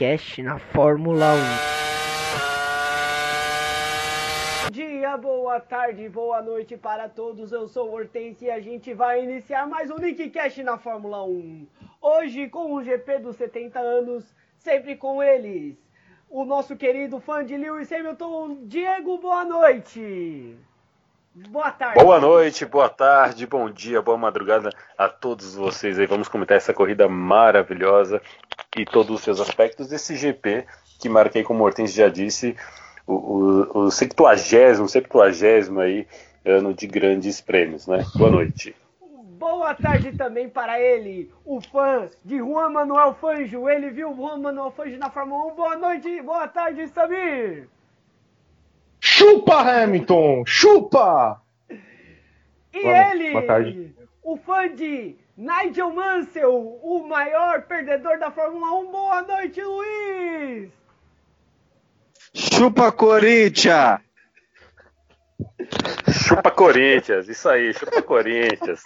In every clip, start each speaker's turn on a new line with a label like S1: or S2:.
S1: Cast na Fórmula 1.
S2: Bom dia, boa tarde, boa noite para todos. Eu sou o Hortense e a gente vai iniciar mais um Nickcast na Fórmula 1. Hoje com o GP dos 70 anos, sempre com eles. O nosso querido fã de Lewis Hamilton, Diego, boa noite. Boa tarde.
S3: Boa noite, boa tarde, bom dia, boa madrugada a todos vocês aí. Vamos comentar essa corrida maravilhosa e todos os seus aspectos desse GP que marquei, como o Hortense já disse, o 70º aí ano de grandes prêmios, né? Boa noite.
S2: Boa tarde também para ele, o fã de Juan Manuel Fangio. Ele viu Juan Manuel Fangio na Fórmula 1. Boa noite, boa tarde, Samir.
S4: Chupa, Hamilton! Chupa!
S2: E
S4: Boa
S2: ele,
S4: tarde.
S2: o fã de Nigel Mansell, o maior perdedor da Fórmula 1. Boa noite, Luiz!
S5: Chupa, Corinthians!
S3: Chupa Corinthians, isso aí, chupa Corinthians.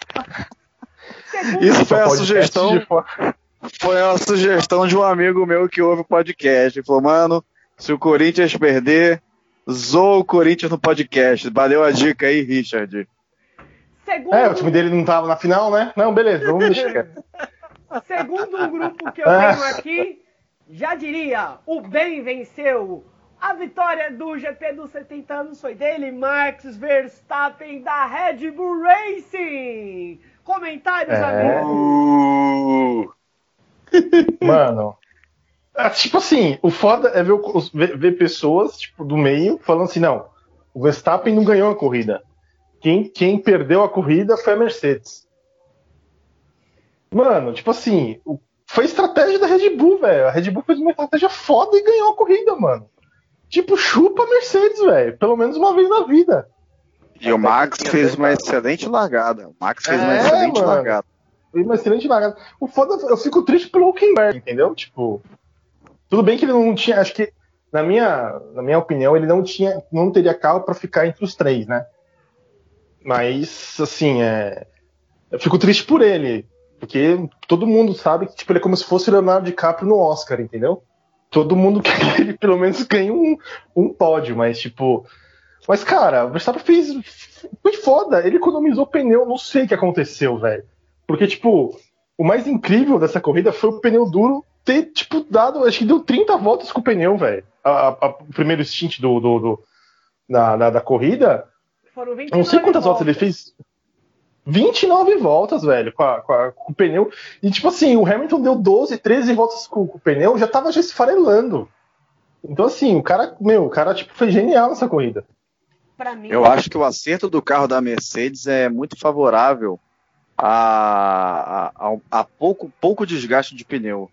S5: Isso foi a sugestão. Foi a sugestão de um amigo meu que ouve o podcast. Ele falou, mano, se o Corinthians perder, zoa o Corinthians no podcast. Valeu a dica aí, Richard.
S4: O time dele não tava na final, né? Não, beleza, vamos deixar.
S2: Segundo um grupo que eu tenho aqui, já diria, o bem venceu. A vitória do GP dos 70 anos foi dele, Max Verstappen, da Red Bull Racing. Comentários, amigo.
S4: Mano, tipo assim, o foda é ver pessoas tipo, do meio falando assim, não, o Verstappen não ganhou a corrida. Quem perdeu a corrida foi a Mercedes. Mano, tipo assim, foi estratégia da Red Bull, velho. A Red Bull fez uma estratégia foda e ganhou a corrida, mano. Tipo, chupa a Mercedes, velho. Pelo menos uma vez na vida.
S5: E o Max fez uma excelente largada. Foi uma
S4: excelente largada. O foda, eu fico triste pelo Hülkenberg, entendeu? Tipo, tudo bem que ele não tinha, acho que, na minha opinião, ele não teria carro pra ficar entre os três, né? Mas, assim, eu fico triste por ele. Porque todo mundo sabe que tipo, ele é como se fosse o Leonardo DiCaprio no Oscar, entendeu? Todo mundo quer que ele pelo menos ganhe um pódio, mas tipo... Mas, cara, o Verstappen foi foda, ele economizou pneu, não sei o que aconteceu, velho. Porque, tipo, o mais incrível dessa corrida foi o pneu duro ter, tipo, dado, acho que deu 30 voltas com o pneu, velho. O primeiro stint da corrida,
S2: Foram 29
S4: eu não sei quantas voltas ele
S2: voltas.
S4: fez. 29 voltas, velho, com o pneu. E, tipo assim, o Hamilton deu 12, 13 voltas com o pneu, já tava esfarelando. Então, assim, o cara tipo, foi genial nessa corrida.
S2: Pra mim,
S5: Eu acho que o acerto do carro da Mercedes é muito favorável a pouco desgaste de pneu.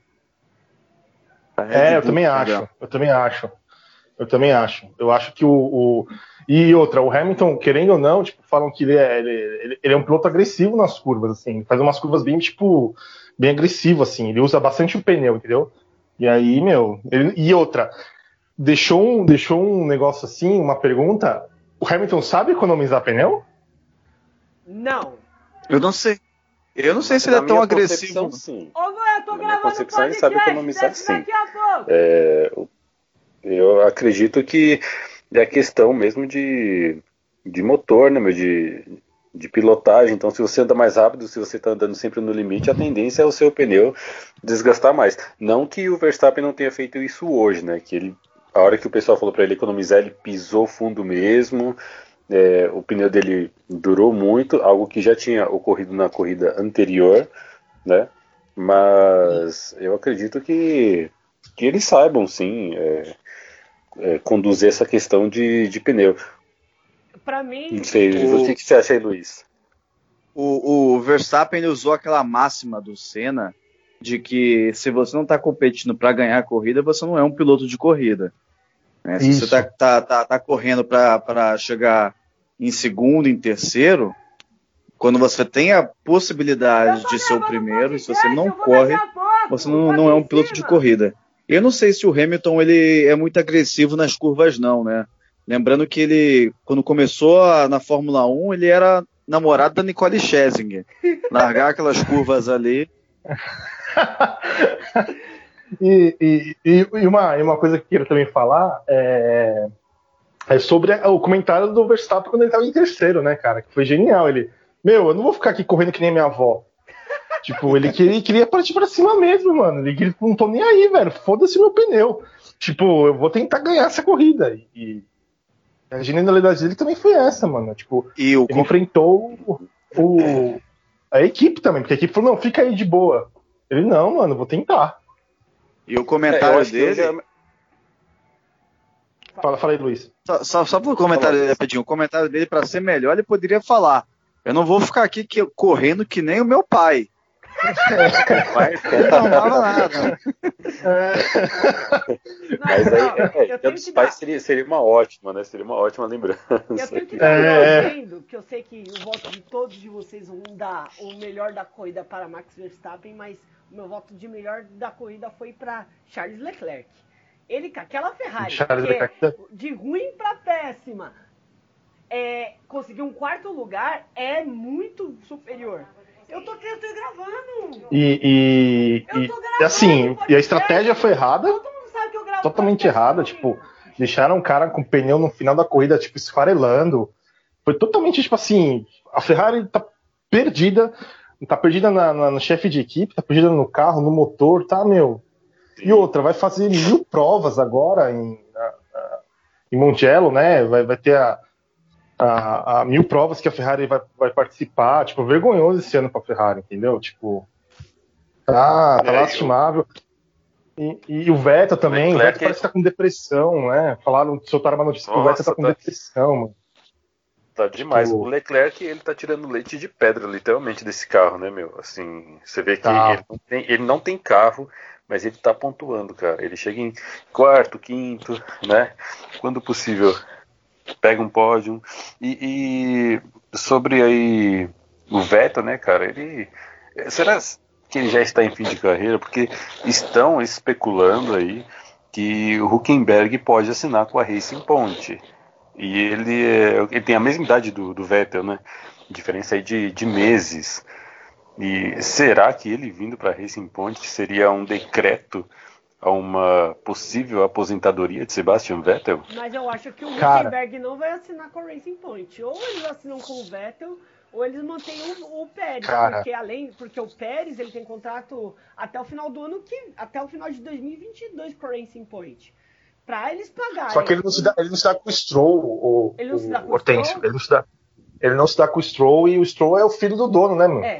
S4: Eu também acho. Eu acho que E outra, o Hamilton, querendo ou não, tipo, falam que ele é um piloto agressivo nas curvas, assim. Ele faz umas curvas bem, tipo, bem agressivo, assim. Ele usa bastante o pneu, entendeu? E aí, e outra, deixou um negócio assim, uma pergunta. O Hamilton sabe economizar pneu?
S2: não.
S5: Eu não sei. Eu não sei se ele é tão agressivo.
S3: Sim.
S2: Ô, Noé, eu tô
S3: Na minha
S2: gravando
S3: concepção, ele
S2: podcast,
S3: sabe economizar,
S2: desce
S3: sim.
S2: daqui a pouco.
S3: Eu acredito que é questão mesmo de motor, né, de pilotagem. Então, se você anda mais rápido, se você está andando sempre no limite, a tendência é o seu pneu desgastar mais. Não que o Verstappen não tenha feito isso hoje, né? Que a hora que o pessoal falou para ele economizar, ele pisou fundo mesmo. O pneu dele durou muito, algo que já tinha ocorrido na corrida anterior, né? Mas eu acredito que eles saibam, sim, conduzir essa questão de pneu.
S2: Pra mim,
S3: Não sei, o que você acha aí, Luiz?
S5: O Verstappen ele usou aquela máxima do Senna de que se você não está competindo para ganhar a corrida, você não é um piloto de corrida. Né? Se você tá correndo para chegar em segundo, em terceiro, quando você tem a possibilidade de ser o primeiro, e se você não corre, você não é um piloto de corrida. Eu não sei se o Hamilton ele é muito agressivo nas curvas, não, né? Lembrando que ele, quando começou na Fórmula 1, ele era namorado da Nicole Scherzinger. Largar aquelas curvas ali.
S4: E uma coisa que eu queria também falar é sobre o comentário do Verstappen quando ele estava em terceiro, né, cara? Que foi genial. Ele, eu não vou ficar aqui correndo que nem minha avó. Tipo, ele queria partir pra cima mesmo, mano. Ele não tô nem aí, velho. Foda-se meu pneu. Tipo, eu vou tentar ganhar essa corrida. E a genialidade dele também foi essa, mano. Tipo, ele enfrentou a equipe também, porque a equipe falou, não, fica aí de boa. Ele, não, mano, vou tentar.
S5: E o comentário dele...
S4: Fala aí, Luiz.
S5: Só pro comentário dele, rapidinho. O comentário dele, pra ser melhor, ele poderia falar: eu não vou ficar aqui correndo que nem o meu pai. Mas ele não dava nada.
S3: Mas aí, Dia dos Pais seria uma ótima, né? Seria uma ótima lembrança.
S2: Eu tenho que dar um que eu sei que o voto de todos de vocês vão dar o melhor da corrida para Max Verstappen, mas o meu voto de melhor da corrida foi para Charles Leclerc. Ele com aquela Ferrari, de ruim para péssima, conseguir um quarto lugar é muito superior. Eu tô gravando.
S4: E assim, e a estratégia foi errada. Todo mundo sabe que eu gravo totalmente errada. Tipo, deixaram o cara com o pneu no final da corrida, tipo, esfarelando. Foi totalmente, tipo assim, a Ferrari tá perdida. Tá perdida no chefe de equipe, tá perdida no carro, no motor, tá, meu. E outra, vai fazer 1000 provas agora em Mugello, né? Vai ter a 1000 provas que a Ferrari vai participar. Tipo, vergonhoso esse ano pra Ferrari, entendeu? Tipo, tá lastimável. E o Vettel também, o Vettel parece que tá com depressão, né? Soltaram uma notícia que o Vettel tá com depressão, mano.
S3: Tá demais. O Leclerc, ele tá tirando leite de pedra, literalmente, desse carro, né, meu? Assim, você vê que ele não tem carro, mas ele tá pontuando, cara. Ele chega em quarto, quinto, né? Quando possível, pega um pódio. E sobre aí o Vettel, né, cara? Será que ele já está em fim de carreira? Porque estão especulando aí que o Hülkenberg pode assinar com a Racing Point. E ele tem a mesma idade do Vettel, né? Diferença aí de meses. E será que ele vindo para Racing Point seria um decreto a uma possível aposentadoria de Sebastian Vettel?
S2: Mas eu acho que o Hülkenberg não vai assinar com a Racing Point. Ou eles assinam com o Vettel, ou eles mantêm o Pérez. Porque o Pérez ele tem contrato até o final do ano, até o final de 2022 com a Racing Point. Pra eles pagarem.
S4: Só que ele não se dá com o Stroll,
S2: ele não se dá com
S4: o Hortêncio. Ele não se dá com o Stroll, e o Stroll é o filho do dono, né, mano?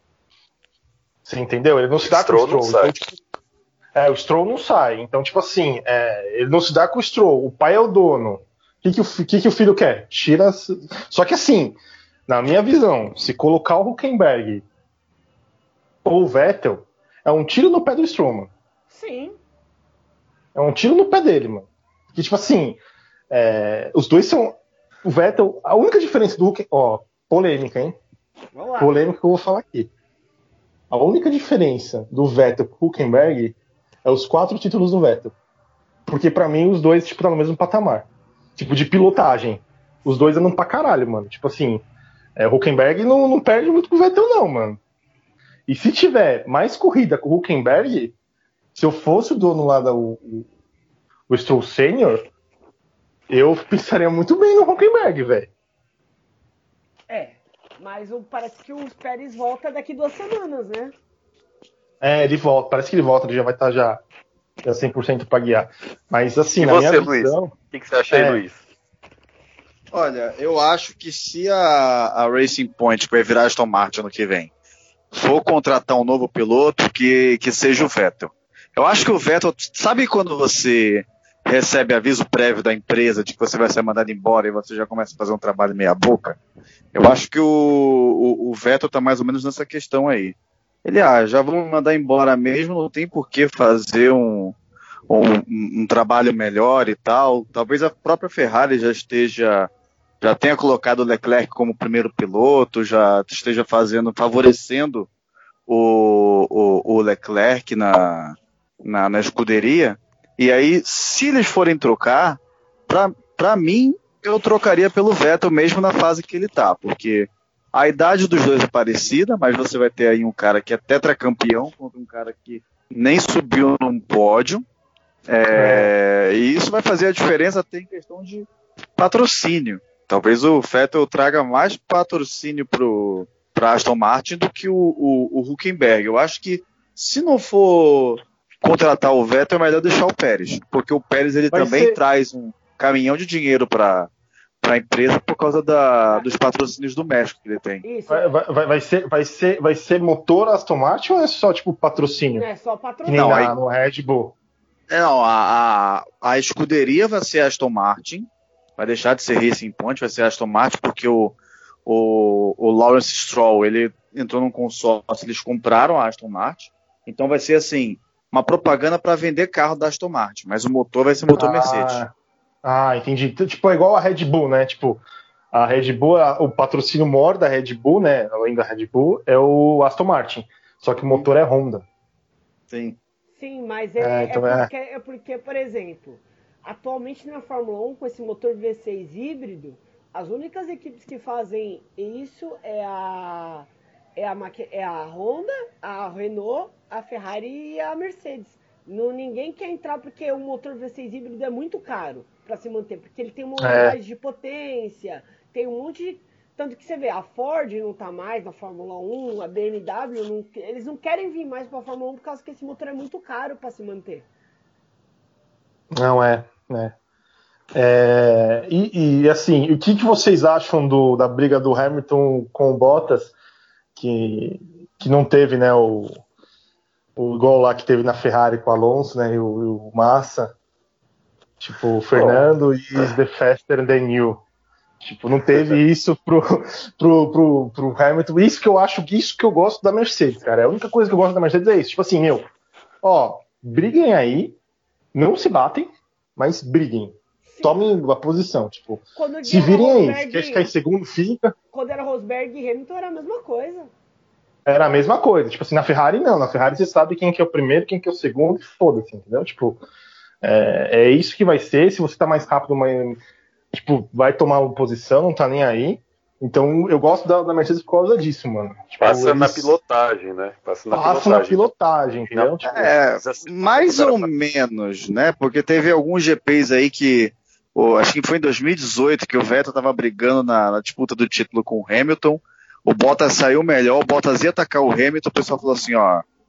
S4: Você entendeu? Ele não se dá com o Stroll. Então, tipo, o Stroll não sai. Então, tipo assim, ele não se dá com o Stroll. O pai é o dono. O que o filho quer? Tira. Só que assim, na minha visão, se colocar o Hülkenberg ou o Vettel, é um tiro no pé do Stroll, mano.
S2: Sim.
S4: É um tiro no pé dele, mano. Porque, tipo assim, os dois são. O Vettel, a única diferença do Hülkenberg. Ó, polêmica, hein? Polêmica que eu vou falar aqui. A única diferença do Vettel pro Hülkenberg é os 4 títulos do Vettel. Porque pra mim os dois, tipo, tá no mesmo patamar. Tipo, de pilotagem. Os dois andam pra caralho, mano. Tipo assim, o Hülkenberg não perde muito pro Vettel, não, mano. E se tiver mais corrida com o Hülkenberg, se eu fosse o dono lá o Stroll Senior, eu pensaria muito bem no Hülkenberg, velho.
S2: Mas parece que o Pérez volta daqui 2 semanas, né?
S4: Ele volta, parece que ele volta, ele já vai estar já 100% pra guiar. Mas assim,
S3: na minha visão... O que você acha aí, Luiz?
S5: Olha, eu acho que se a Racing Point, que vai virar Aston Martin ano que vem, for contratar um novo piloto, que seja o Vettel. Eu acho que o Vettel, sabe quando você recebe aviso prévio da empresa de que você vai ser mandado embora e você já começa a fazer um trabalho meia boca? Eu acho que o Vettel tá mais ou menos nessa questão aí. Ele, já vamos mandar embora mesmo, não tem por que fazer um trabalho melhor e tal. Talvez a própria Ferrari já tenha colocado o Leclerc como primeiro piloto, já esteja favorecendo o Leclerc na escuderia. E aí, se eles forem trocar, pra mim, eu trocaria pelo Vettel mesmo na fase que ele tá, porque a idade dos dois é parecida, mas você vai ter aí um cara que é tetracampeão contra um cara que nem subiu num pódio. E isso vai fazer a diferença até em questão de patrocínio. Talvez o Vettel traga mais patrocínio para Aston Martin do que o Hülkenberg. Eu acho que se não for contratar o Vettel, é melhor deixar o Pérez, porque o Pérez ele também traz um caminhão de dinheiro para a empresa por causa dos patrocínios do México que ele tem.
S2: Isso.
S4: Vai ser motor Aston Martin ou é só tipo patrocínio?
S2: Não é só patrocínio.
S4: Não, no Red Bull.
S5: Não, a escuderia vai ser Aston Martin, vai deixar de ser Racing Point, vai ser Aston Martin, porque o Lawrence Stroll ele entrou num consórcio, eles compraram a Aston Martin, então vai ser assim, uma propaganda para vender carro da Aston Martin, mas o motor vai ser motor Mercedes.
S4: Entendi. Tipo, é igual a Red Bull, né? Tipo, a Red Bull, o patrocínio maior da Red Bull, né? Além da Red Bull, é o Aston Martin. Só que o motor é Honda.
S5: Sim.
S2: Sim, mas porque, por exemplo, atualmente na Fórmula 1, com esse motor V6 híbrido, as únicas equipes que fazem isso é a Honda, a Renault, a Ferrari e a Mercedes. Ninguém quer entrar porque o motor V6 híbrido é muito caro para se manter, porque ele tem uma unidade de potência, tem um monte de... Tanto que você vê, a Ford não tá mais na Fórmula 1, a BMW, eles não querem vir mais pra Fórmula 1 por causa que esse motor é muito caro para se manter.
S4: Não é, né? E assim, o que vocês acham da briga do Hamilton com o Bottas, que não teve, né, o gol lá que teve na Ferrari com o Alonso, né, e o Massa, tipo, o Fernando is the faster than you. Tipo, não teve isso pro Hamilton. Isso que eu gosto da Mercedes, cara. A única coisa que eu gosto da Mercedes é isso. Tipo assim, briguem aí, não se batem, mas briguem. Sim. Tomem a posição, tipo, se virem aí. Se quer ficar em segundo, fica.
S2: Quando era Rosberg e Hamilton era a mesma coisa.
S4: Era a mesma coisa. Tipo assim, na Ferrari não. Na Ferrari você sabe quem que é o primeiro, quem que é o segundo, e foda-se, entendeu? Tipo, é isso que vai ser. Se você tá mais rápido, tipo, vai tomar uma posição, não tá nem aí. Então, eu gosto da Mercedes por causa disso, mano. Tipo,
S3: passa na pilotagem, né? Passa
S4: na pilotagem, entendeu? Tipo,
S5: mais ou menos, né? Porque teve alguns GPs aí que... acho que foi em 2018 que o Vettel tava brigando na disputa do título com o Hamilton. O Bottas saiu melhor, o Bottas ia atacar o Hamilton, o pessoal falou assim,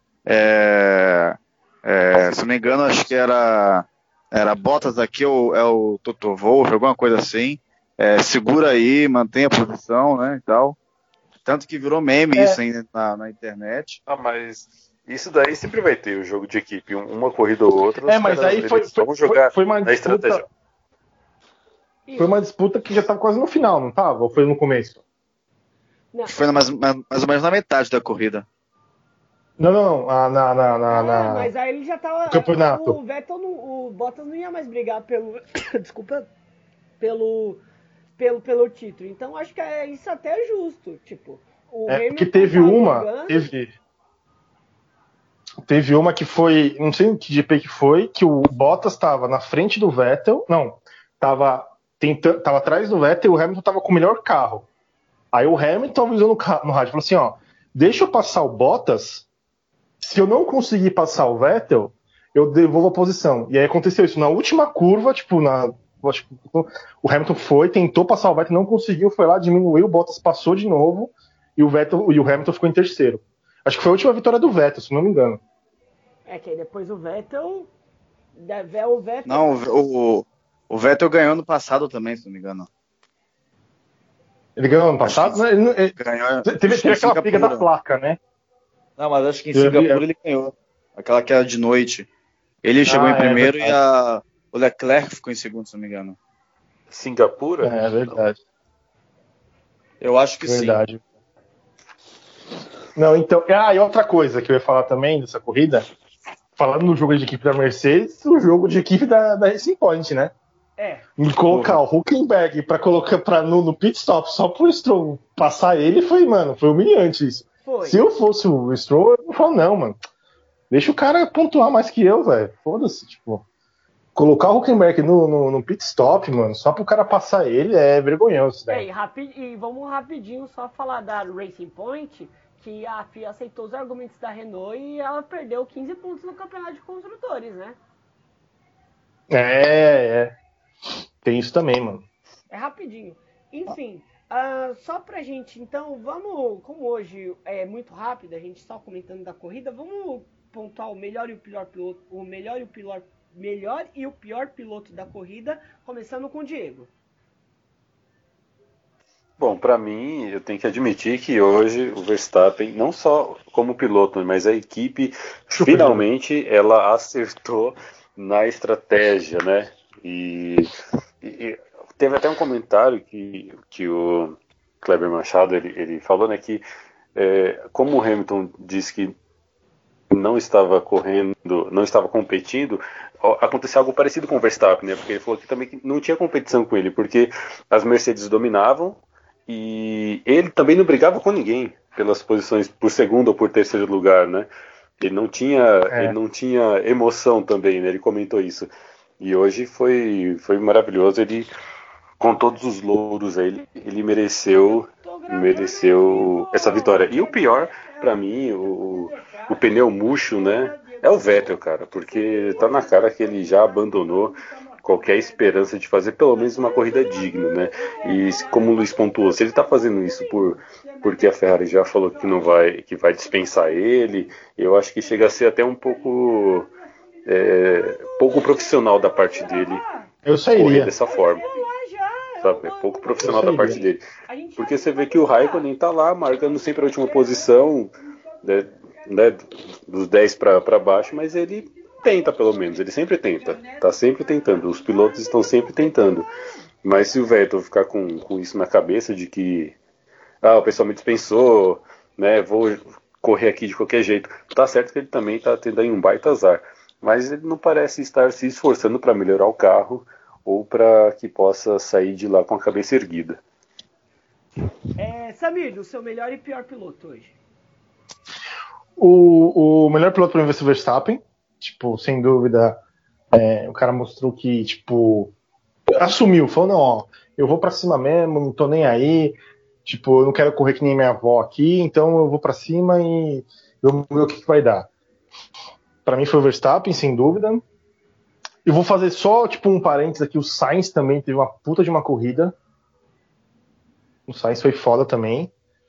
S5: se não me engano, acho que era Bottas aqui, é o Toto Wolff, alguma coisa assim. Segura aí, mantém a posição, né, e tal. Tanto que virou meme isso aí na internet.
S3: Mas isso daí sempre vai ter o jogo de equipe, uma corrida ou outra.
S4: Mas aí foi uma disputa,
S3: estratégia.
S4: Foi uma disputa que já estava quase no final, não estava? Ou foi no começo?
S5: Não. Foi mais ou menos na metade da corrida.
S4: Não.
S2: Mas aí ele já tava...
S4: Campeonato.
S2: O Vettel, o Bottas não ia mais brigar pelo... Desculpa. Pelo título. Então acho que isso até é justo. Tipo, o Hamilton
S4: porque teve teve uma que foi, não sei que GP que foi, que o Bottas estava na frente do Vettel, tava atrás do Vettel e o Hamilton tava com o melhor carro. Aí o Hamilton avisou no rádio, falou assim, deixa eu passar o Bottas, se eu não conseguir passar o Vettel, eu devolvo a posição. E aí aconteceu isso na última curva, tipo, o Hamilton tentou passar o Vettel, não conseguiu, foi lá, diminuiu, o Bottas passou de novo e o Hamilton ficou em terceiro. Acho que foi a última vitória do Vettel, se não me engano.
S2: Que aí depois o Vettel...
S5: Não, o Vettel ganhou no passado também, se não me engano.
S4: Ele ganhou ano passado?
S5: Ganhou.
S4: Teve aquela briga da placa, né?
S5: Não, mas acho que em Singapura ele ganhou. Aquela que era de noite. Ele chegou em primeiro e o Leclerc ficou em segundo, se não me engano.
S3: Singapura?
S4: É verdade.
S5: Eu acho que
S4: verdade. Sim. Não, então... e outra coisa que eu ia falar também dessa corrida, falando no jogo de equipe da Mercedes, o jogo de equipe da Racing Point, né? E colocar o Hülkenberg no pit stop só pro Stroll passar ele foi humilhante isso. Se eu fosse o Stroll, eu falo, não, mano. Deixa o cara pontuar mais que eu, velho. Foda-se, tipo. Colocar o Hülkenberg no pit stop, mano, só pro cara passar ele é vergonhoso, né?
S2: E vamos rapidinho só falar da Racing Point, que a FIA aceitou os argumentos da Renault e ela perdeu 15 pontos no campeonato de construtores, né?
S4: Tem isso também, mano.
S2: É rapidinho. Enfim, só pra gente, então, vamos, como hoje é muito rápido, a gente só comentando da corrida, vamos pontuar o melhor e o pior piloto, o melhor e o pior piloto da corrida, começando com o Diego.
S3: Bom, para mim, eu tenho que admitir que hoje o Verstappen, não só como piloto, mas a equipe, finalmente, ela acertou na estratégia, né? E teve até um comentário que o Kleber Machado, ele falou, né, que como o Hamilton disse que não estava correndo, não estava competindo, aconteceu algo parecido com o Verstappen, né? Porque ele falou que também não tinha competição com ele, porque as Mercedes dominavam, e ele também não brigava com ninguém pelas posições por segundo ou por terceiro lugar, né? Ele não tinha emoção também, né? Ele comentou isso. E hoje foi maravilhoso. Ele, com todos os louros aí, ele mereceu essa vitória. E o pior, pra mim, o pneu murcho, né? É o Vettel, cara, porque tá na cara que ele já abandonou qualquer esperança de fazer pelo menos uma corrida digna, né? E como o Luiz pontuou, se ele está fazendo isso porque a Ferrari já falou que vai dispensar ele, eu acho que chega a ser até um pouco profissional da parte dele correr dessa forma. Sabe? É pouco profissional da parte dele. Porque você vê que o Raikkonen tá lá marcando sempre a última posição, né, dos 10 para baixo, mas ele tenta, pelo menos, ele sempre tenta, tá sempre tentando, os pilotos estão sempre tentando, mas se o Vettel ficar com isso na cabeça de que o pessoal me dispensou, né, vou correr aqui de qualquer jeito, tá certo que ele também tá tendo aí um baita azar, mas ele não parece estar se esforçando para melhorar o carro ou para que possa sair de lá com a cabeça erguida.
S2: Samir, o seu melhor e pior piloto hoje?
S4: O melhor piloto para mim vai ser o Verstappen. Tipo, sem dúvida, o cara mostrou que, tipo, assumiu, falou, não, ó, eu vou pra cima mesmo, não tô nem aí, tipo, eu não quero correr que nem minha avó aqui, então eu vou pra cima e vamos ver o que vai dar. Pra mim foi o Verstappen, sem dúvida. Eu vou fazer só, tipo, um parênteses aqui, o Sainz também teve uma puta de uma corrida. O Sainz foi foda também.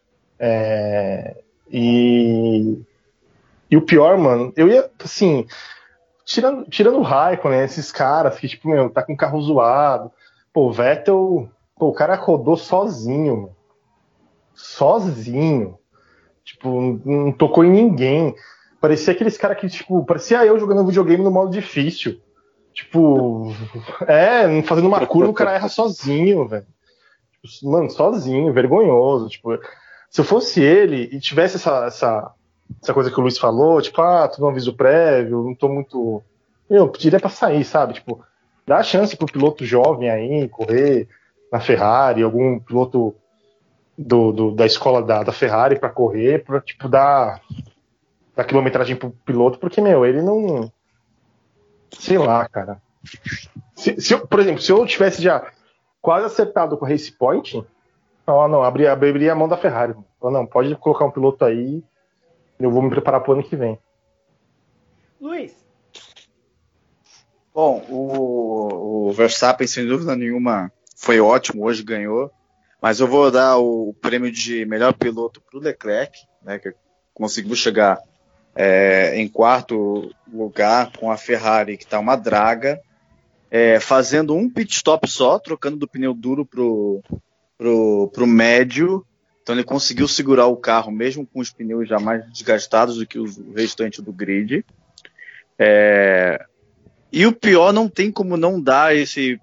S4: E o pior, mano, eu ia, assim, tirando o Raikkonen, né, esses caras que, tipo, tá com o carro zoado. Pô, o Vettel, o cara rodou sozinho, mano. Sozinho. Tipo, não tocou em ninguém. Parecia aqueles caras que, tipo, parecia eu jogando videogame no modo difícil. Tipo, fazendo uma curva, o cara erra sozinho, velho. Mano, sozinho, vergonhoso. Tipo, se eu fosse ele e tivesse essa coisa que o Luiz falou, tipo, tudo um aviso prévio, não tô muito... Eu pediria pra sair, sabe? Tipo, dá a chance pro piloto jovem aí correr na Ferrari, algum piloto da escola da Ferrari pra correr, pra, tipo, dar quilometragem pro piloto, porque, ele não... Sei lá, cara. Por exemplo, se eu tivesse já quase acertado com o Race Point, abriria a mão da Ferrari. Não, pode colocar um piloto aí, eu vou me preparar pro ano que vem.
S2: Luiz.
S5: Bom, o Verstappen, sem dúvida nenhuma, foi ótimo, hoje ganhou. Mas eu vou dar o prêmio de melhor piloto pro Leclerc, né, que conseguiu chegar em quarto lugar com a Ferrari, que tá uma draga, fazendo um pit stop só, trocando do pneu duro pro médio. Então ele conseguiu segurar o carro, mesmo com os pneus já mais desgastados do que o restante do grid. E o pior, não tem como não dar esse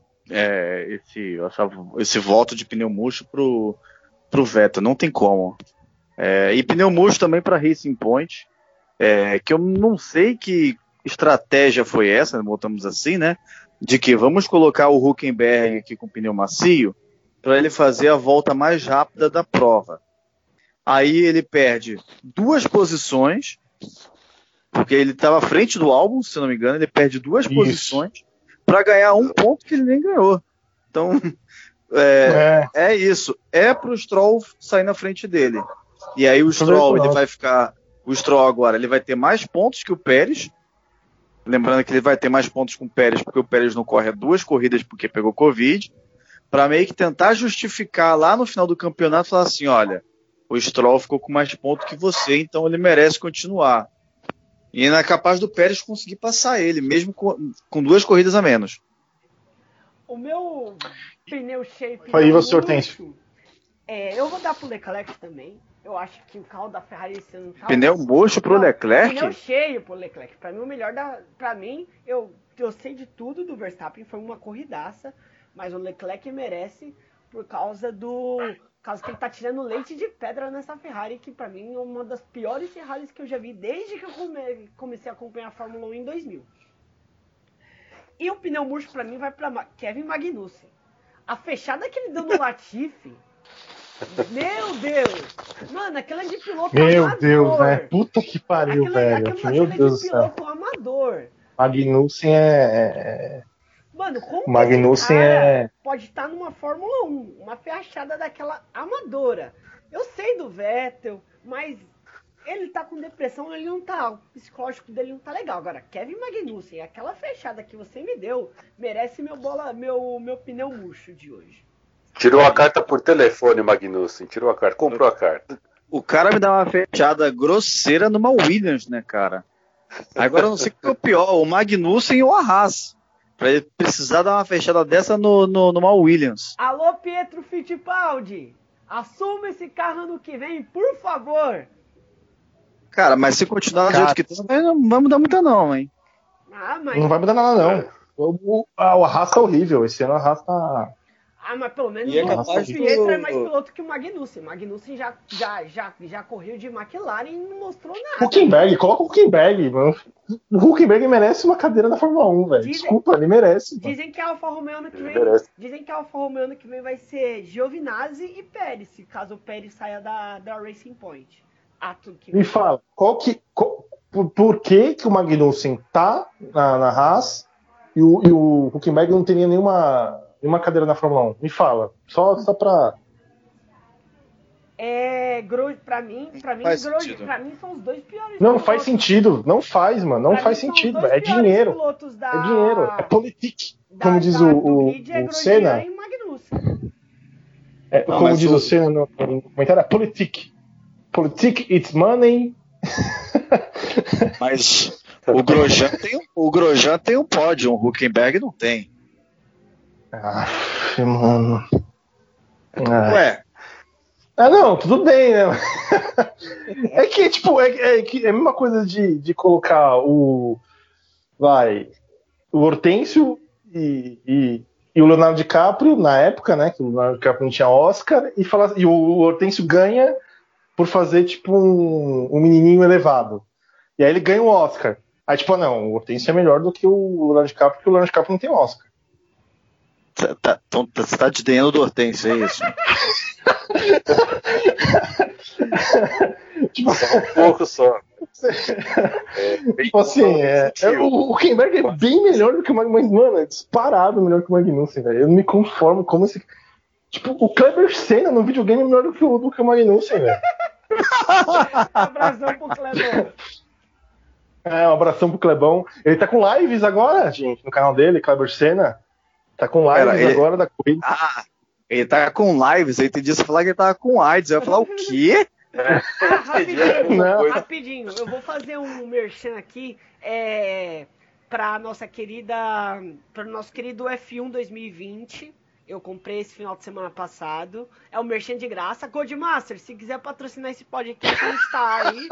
S5: voto de pneu murcho pro Vettel, não tem como. E pneu murcho também para Racing Point, que eu não sei que estratégia foi essa, botamos assim, né? De que vamos colocar o Hülkenberg aqui com pneu macio para ele fazer a volta mais rápida da prova. Aí ele perde 2 posições, porque ele estava à frente do Albon, se não me engano, ele perde 2 posições para ganhar 1 ponto que ele nem ganhou. Então, é isso. É pro Stroll sair na frente dele. E aí o Stroll, ele vai ficar... O Stroll agora, ele vai ter mais pontos que o Pérez. Lembrando que ele vai ter mais pontos com o Pérez, porque o Pérez não corre 2 corridas porque pegou Covid. Para meio que tentar justificar lá no final do campeonato, falar assim, olha, o Stroll ficou com mais pontos que você, então ele merece continuar. E ainda é capaz do Pérez conseguir passar ele, mesmo com 2 corridas a menos.
S2: O meu pneu shape...
S4: Aí você, Hortêncio.
S2: Eu vou dar pro Leclerc também. Eu acho que o carro da Ferrari esse ano tá...
S5: Pneu murcho pro Leclerc?
S2: Pneu cheio pro Leclerc. Pra mim, o melhor Pra mim, eu sei de tudo do Verstappen, foi uma corridaça, mas o Leclerc merece por causa que ele tá tirando leite de pedra nessa Ferrari, que pra mim é uma das piores Ferraris que eu já vi desde que eu comecei a acompanhar a Fórmula 1 em 2000. E o pneu murcho pra mim vai pra Kevin Magnussen. A fechada que ele deu no Latifi... Meu Deus! Mano, aquela é de piloto
S4: Meu
S2: amador.
S4: Deus, né? Puta que pariu, velho. Meu Deus do céu.
S2: Piloto amador.
S4: Magnussen
S2: Mano, como
S4: Magnussen
S2: esse cara pode estar numa Fórmula 1? Uma fechada daquela amadora. Eu sei do Vettel, mas ele tá com depressão, ele não tá... O psicológico dele não tá legal. Agora, Kevin Magnussen, aquela fechada que você me deu, merece meu pneu murcho de hoje.
S3: Tirou a carta por telefone, Magnussen. Tirou a carta, comprou a carta.
S5: O cara me dá uma fechada grosseira numa Williams, né, cara? Agora eu não sei o que é o pior, o Magnussen ou a Haas. Pra ele precisar dar uma fechada dessa numa Williams.
S2: Alô, Pietro Fittipaldi! Assuma esse carro ano que vem, por favor!
S5: Cara, mas se continuar do jeito que tá, não vai mudar muito não, hein?
S2: Mas...
S4: Não vai mudar nada, não. O Haas tá horrível. Esse ano a Haas tá...
S2: mas pelo menos
S5: o
S2: Pietro é mais piloto que o Magnussen. Magnussen já correu de McLaren e não mostrou nada.
S4: Huckenberg, coloca o Huckenberg, mano. O Huckenberg merece uma cadeira na Fórmula 1, velho. Desculpa, ele merece.
S2: Dizem que a Alfa Romeo ano que vem vai ser Giovinazzi e Pérez, caso o Pérez saia da Racing Point.
S4: Me fala, por que o Magnussen tá na Haas e o Huckenberg não teria nenhuma cadeira na Fórmula 1? Me fala, só pra...
S2: Pra mim são os dois piores.
S4: Não faz sentido, não faz, mano, não faz sentido, é dinheiro. É dinheiro, é politique, como diz o Senna. Como diz o Senna no comentário, é politique. Politique, it's money.
S5: Mas o Grosjean tem um pódio, o Huckenberg não tem.
S4: Mano.
S5: Ué.
S4: Não, tudo bem, né? É que, tipo, é a mesma coisa de colocar o Hortêncio e o Leonardo DiCaprio na época, né? Que o Leonardo DiCaprio não tinha Oscar, e o Hortêncio ganha por fazer, tipo, um menininho elevado. E aí ele ganha um Oscar. Aí, tipo, não, o Hortêncio é melhor do que o Leonardo DiCaprio, porque o Leonardo DiCaprio não tem Oscar.
S5: Você tá desdenhando do Hortêncio, é isso?
S4: Tipo,
S3: só um pouco só.
S4: Tipo assim, o Huckenberg é bem melhor do que o Magnussen, mas, mano, é disparado melhor que o Magnussen, velho. Eu não me conformo como esse... Tipo, o Kleber Senna no videogame é melhor do que o Magnussen, velho.
S2: Abração pro Clebão.
S4: Um abração pro Clebão. Ele tá com lives agora, gente, no canal dele, Kleber Senna. Tá com lives agora da corrida.
S5: Ele tá com lives, aí tem dia você falar que ele tava com AIDS. Eu ia falar o quê?
S2: Rapidinho, eu vou fazer um merchan aqui para nosso querido F1 2020. Eu comprei esse final de semana passado. É um merchan de graça. Codemaster, se quiser patrocinar esse podcast, a gente tá aí.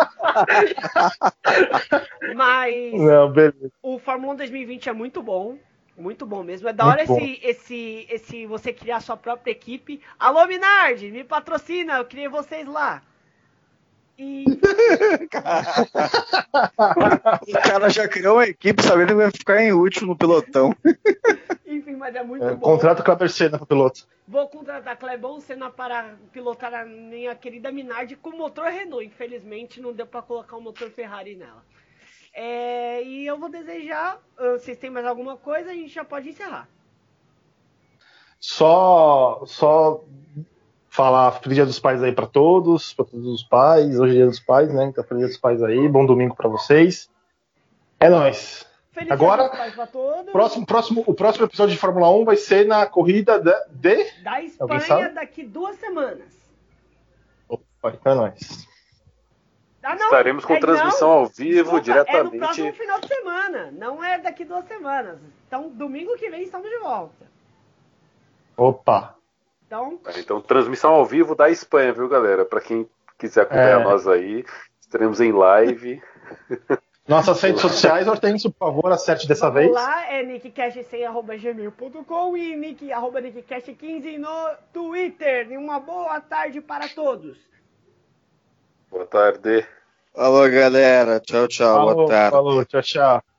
S2: Mas o Fórmula 1 2020 é muito bom. Muito bom mesmo. É da hora esse você criar sua própria equipe. Alô, Minardi, me patrocina. Eu criei vocês lá.
S5: O cara já criou uma equipe sabendo que vai ficar em último no pelotão.
S2: Enfim, mas é muito bom.
S4: Contrata o Kleber Senna pro piloto.
S2: Vou contratar Clebão Senna para pilotar a minha querida Minardi com motor Renault. Infelizmente não deu para colocar um motor Ferrari nela. E eu vou desejar... Vocês têm mais alguma coisa? A gente já pode encerrar.
S4: Só falar feliz Dia dos Pais aí pra todos os pais. Hoje é Dia dos Pais, né? Então, feliz Dia dos Pais aí. Bom domingo pra vocês. É nóis.
S2: Feliz
S4: Agora,
S2: Dia dos Pais pra todos.
S4: o próximo episódio de Fórmula 1 vai ser na corrida
S2: da
S4: Alguém
S2: Espanha
S4: sabe?
S2: daqui 2 semanas.
S4: Opa, então é nóis.
S2: Ah, não,
S3: Estaremos com transmissão ao vivo,
S2: desculpa,
S3: diretamente.
S2: É no próximo final de semana, não é daqui 2 semanas. Então, domingo que vem estamos de volta.
S4: Opa.
S3: Então, transmissão ao vivo da Espanha, viu, galera? Para quem quiser acompanhar nós aí, estaremos em live.
S4: Nossas redes sociais, Hortêncio, por favor, acerte dessa vez.
S2: Lá é nickcash100@gmail.com e nick@nickcash15 no Twitter. E uma boa tarde para todos.
S3: Boa tarde.
S5: Falou, galera. Tchau, tchau. Boa tarde.
S4: Falou, tchau, tchau.